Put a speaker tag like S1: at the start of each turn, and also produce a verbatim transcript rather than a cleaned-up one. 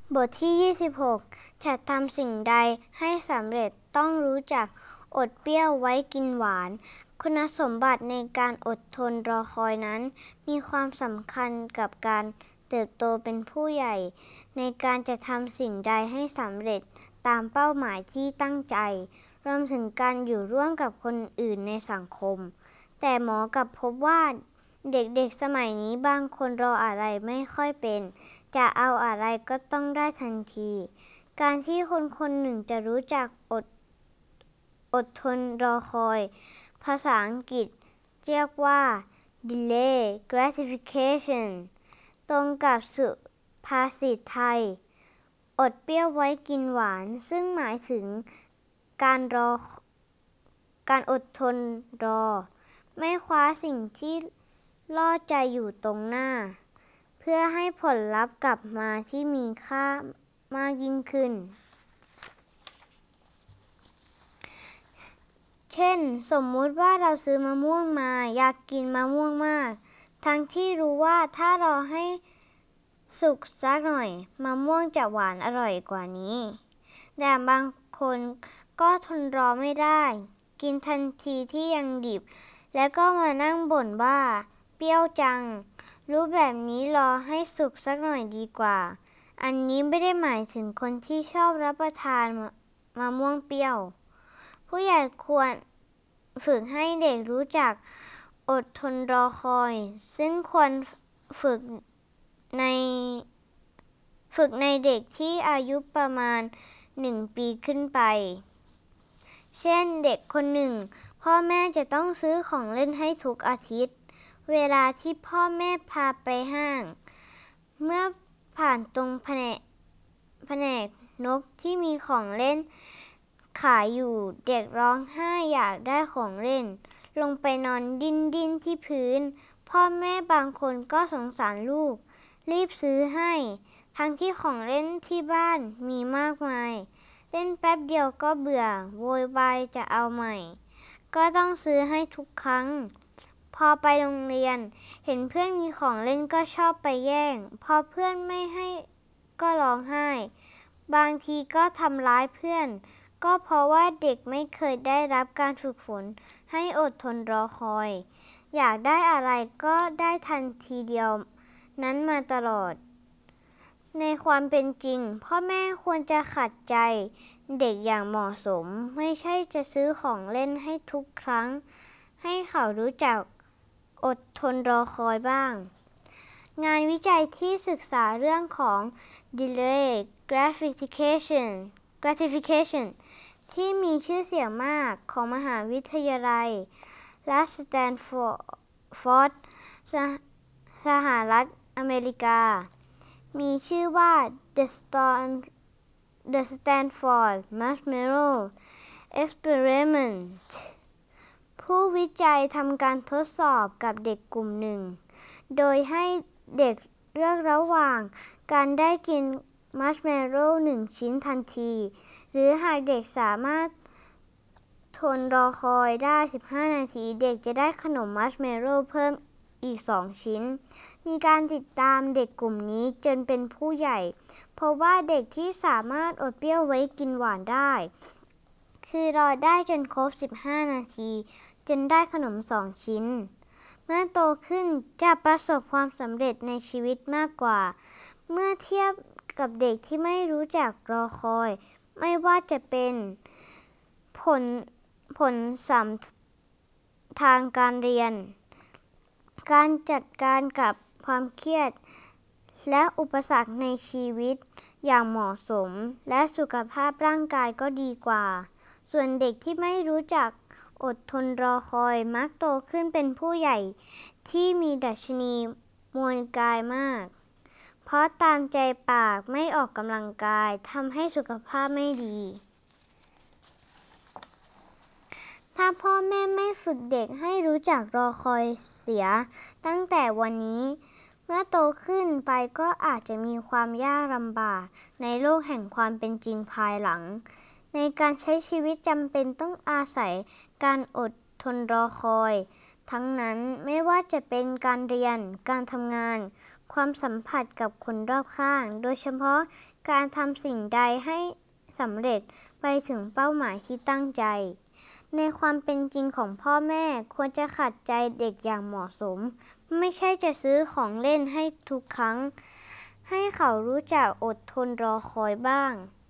S1: บทที่ยี่สิบหกจะทำสิ่งใดให้สำเร็จต้องรู้จักอดเปรี้ยวไว้กินหวานคุณสมบัติในการอดทนรอคอยนั้นมีความสำคัญกับการเติบโตเป็นผู้ใหญ่ในการจะทำสิ่งใดให้สำเร็จตามเป้าหมายที่ตั้งใจรวมถึงการอยู่ร่วมกับคนอื่นในสังคมแต่หมอกลับพบว่าเด็กๆสมัยนี้บางคนรออะไรไม่ค่อยเป็นจะเอาอะไรก็ต้องได้ทันทีการที่คนคนหนึ่งจะรู้จักอดอดทนรอคอยภาษาอังกฤษเรียกว่า delay gratification ตรงกับสุภาษิตไทยอดเปรี้ยวไว้กินหวานซึ่งหมายถึงการรอการอดทนรอไม่คว้าสิ่งที่ล่อใจอยู่ตรงหน้าเพื่อให้ผลลัพธ์กลับมาที่มีค่ามากยิ่งขึ้นเช่นสมมุติว่าเราซื้อมะม่วงมาอยากกินมะม่วงมากทั้งที่รู้ว่าถ้ารอให้สุกสักหน่อยมะม่วงจะหวานอร่อยกว่านี้แต่บางคนก็ทนรอไม่ได้กินทันทีที่ยังดิบแล้วก็มานั่งบ่นว่าเปรี้ยวจังรู้แบบนี้รอให้สุกสักหน่อยดีกว่าอันนี้ไม่ได้หมายถึงคนที่ชอบรับประทานมะม่วงเปรี้ยวผู้ใหญ่ควรฝึกให้เด็กรู้จักอดทนรอคอยซึ่งควรฝึกในฝึกในเด็กที่อายุประมาณหนึ่งปีขึ้นไปเช่นเด็กคนหนึ่งพ่อแม่จะต้องซื้อของเล่นให้ทุกอาทิตย์เวลาที่พ่อแม่พาไปห้างเมื่อผ่านตรงแผนกแผนกนกที่มีของเล่นขายอยู่เด็กร้องไห้อยากได้ของเล่นลงไปนอนดิ้นดิ้นที่พื้นพ่อแม่บางคนก็สงสารลูกรีบซื้อให้ทั้งที่ของเล่นที่บ้านมีมากมายเล่นแป๊บเดียวก็เบื่อโวยวายจะเอาใหม่ก็ต้องซื้อให้ทุกครั้งพอไปโรงเรียนเห็นเพื่อนมีของเล่นก็ชอบไปแย่งพอเพื่อนไม่ให้ก็ร้องไห้บางทีก็ทำร้ายเพื่อนก็เพราะว่าเด็กไม่เคยได้รับการฝึกฝนให้อดทนรอคอยอยากได้อะไรก็ได้ทันทีเดียวนั้นมาตลอดในความเป็นจริงพ่อแม่ควรจะขัดใจเด็กอย่างเหมาะสมไม่ใช่จะซื้อของเล่นให้ทุกครั้งให้เขารู้จักอดทนรอคอยบ้างงานวิจัยที่ศึกษาเรื่องของ delay gratification gratification ที่มีชื่อเสียงมากของมหาวิทยาลัยรัฐสแตนฟอร์ดสหรัฐอเมริกามีชื่อว่า The Stanford Marshmallow Experiment ผู้วิจัยทำการทดสอบกับเด็กกลุ่มหนึ่งโดยให้เด็กเลือกระหว่างการได้กินมัชเมลโล่หนึ่งชิ้นทันทีหรือหากเด็กสามารถทนรอคอยได้สิบห้านาทีเด็กจะได้ขนมมัชเมลโล่เพิ่มอีกสองชิ้นมีการติดตามเด็กกลุ่มนี้จนเป็นผู้ใหญ่เพราะว่าเด็กที่สามารถอดเปรี้ยวไว้กินหวานได้คือรอได้จนครบสิบห้านาทีจนได้ขนมสองชิ้นเมื่อโตขึ้นจะประสบความสำเร็จในชีวิตมากกว่าเมื่อเทียบกับเด็กที่ไม่รู้จักรอคอยไม่ว่าจะเป็นผลผลสัมทางการเรียนการจัดการกับความเครียดและอุปสรรคในชีวิตอย่างเหมาะสมและสุขภาพร่างกายก็ดีกว่าส่วนเด็กที่ไม่รู้จักอดทนรอคอยมักโตขึ้นเป็นผู้ใหญ่ที่มีดัชนีมวลกายมากเพราะตามใจปากไม่ออกกำลังกายทำให้สุขภาพไม่ดีถ้าพ่อแม่ไม่ฝึกเด็กให้รู้จักรอคอยเสียตั้งแต่วันนี้เมื่อโตขึ้นไปก็อาจจะมีความยากลำบากในโลกแห่งความเป็นจริงภายหลังในการใช้ชีวิตจำเป็นต้องอาศัยการอดทนรอคอยทั้งนั้นไม่ว่าจะเป็นการเรียนการทำงานความสัมผัสกับคนรอบข้าง โดยเฉพาะการทำสิ่งใดให้สำเร็จไปถึงเป้าหมายที่ตั้งใจ ในความเป็นจริงของพ่อแม่ควรจะขัดใจเด็กอย่างเหมาะสม ไม่ใช่จะซื้อของเล่นให้ทุกครั้ง ให้เขารู้จักอดทนรอคอยบ้าง